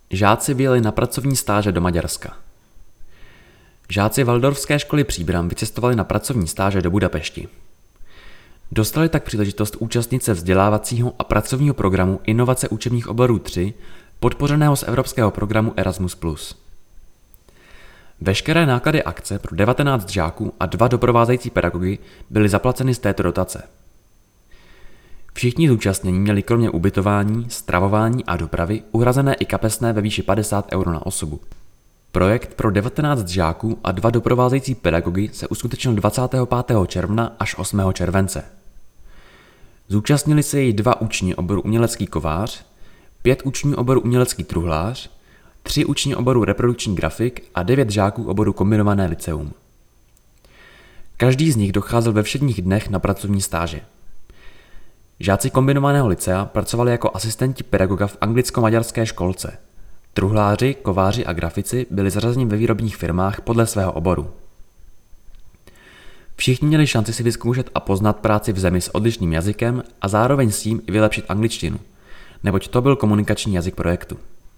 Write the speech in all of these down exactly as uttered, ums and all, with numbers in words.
Žáci vyjeli na pracovní stáže do Maďarska. Žáci Waldorfské školy Příbram vycestovali na pracovní stáže do Budapešti. Dostali tak příležitost účastnit se vzdělávacího a pracovního programu Inovace učebních oborů tři, podpořeného z evropského programu Erasmus plus. Veškeré náklady akce pro devatenáct žáků a dva doprovázející pedagogy byly zaplaceny z této dotace. Všichni zúčastnění měli kromě ubytování, stravování a dopravy uhrazené i kapesné ve výši padesát euro na osobu. Projekt pro devatenáct žáků a dva doprovázející pedagogy se uskutečnil dvacátého pátého června až osmého července. Zúčastnili se jej dva uční oboru umělecký kovář, pět uční oboru umělecký truhlář, tři uční oboru reprodukční grafik a devět žáků oboru kombinované lyceum. Každý z nich docházel ve všedních dnech na pracovní stáže. Žáci kombinovaného lycea pracovali jako asistenti pedagoga v anglicko-maďarské školce. Truhláři, kováři a grafici byli zařazeni ve výrobních firmách podle svého oboru. Všichni měli šanci si vyzkoušet a poznat práci v zemi s odlišným jazykem a zároveň s tím i vylepšit angličtinu, neboť to byl komunikační jazyk projektu.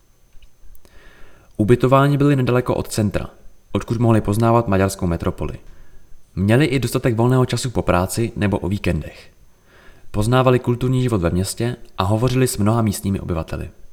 Ubytování byli nedaleko od centra, odkud mohli poznávat maďarskou metropoli. Měli i dostatek volného času po práci nebo o víkendech. Poznávali kulturní život ve městě a hovořili s mnoha místními obyvateli.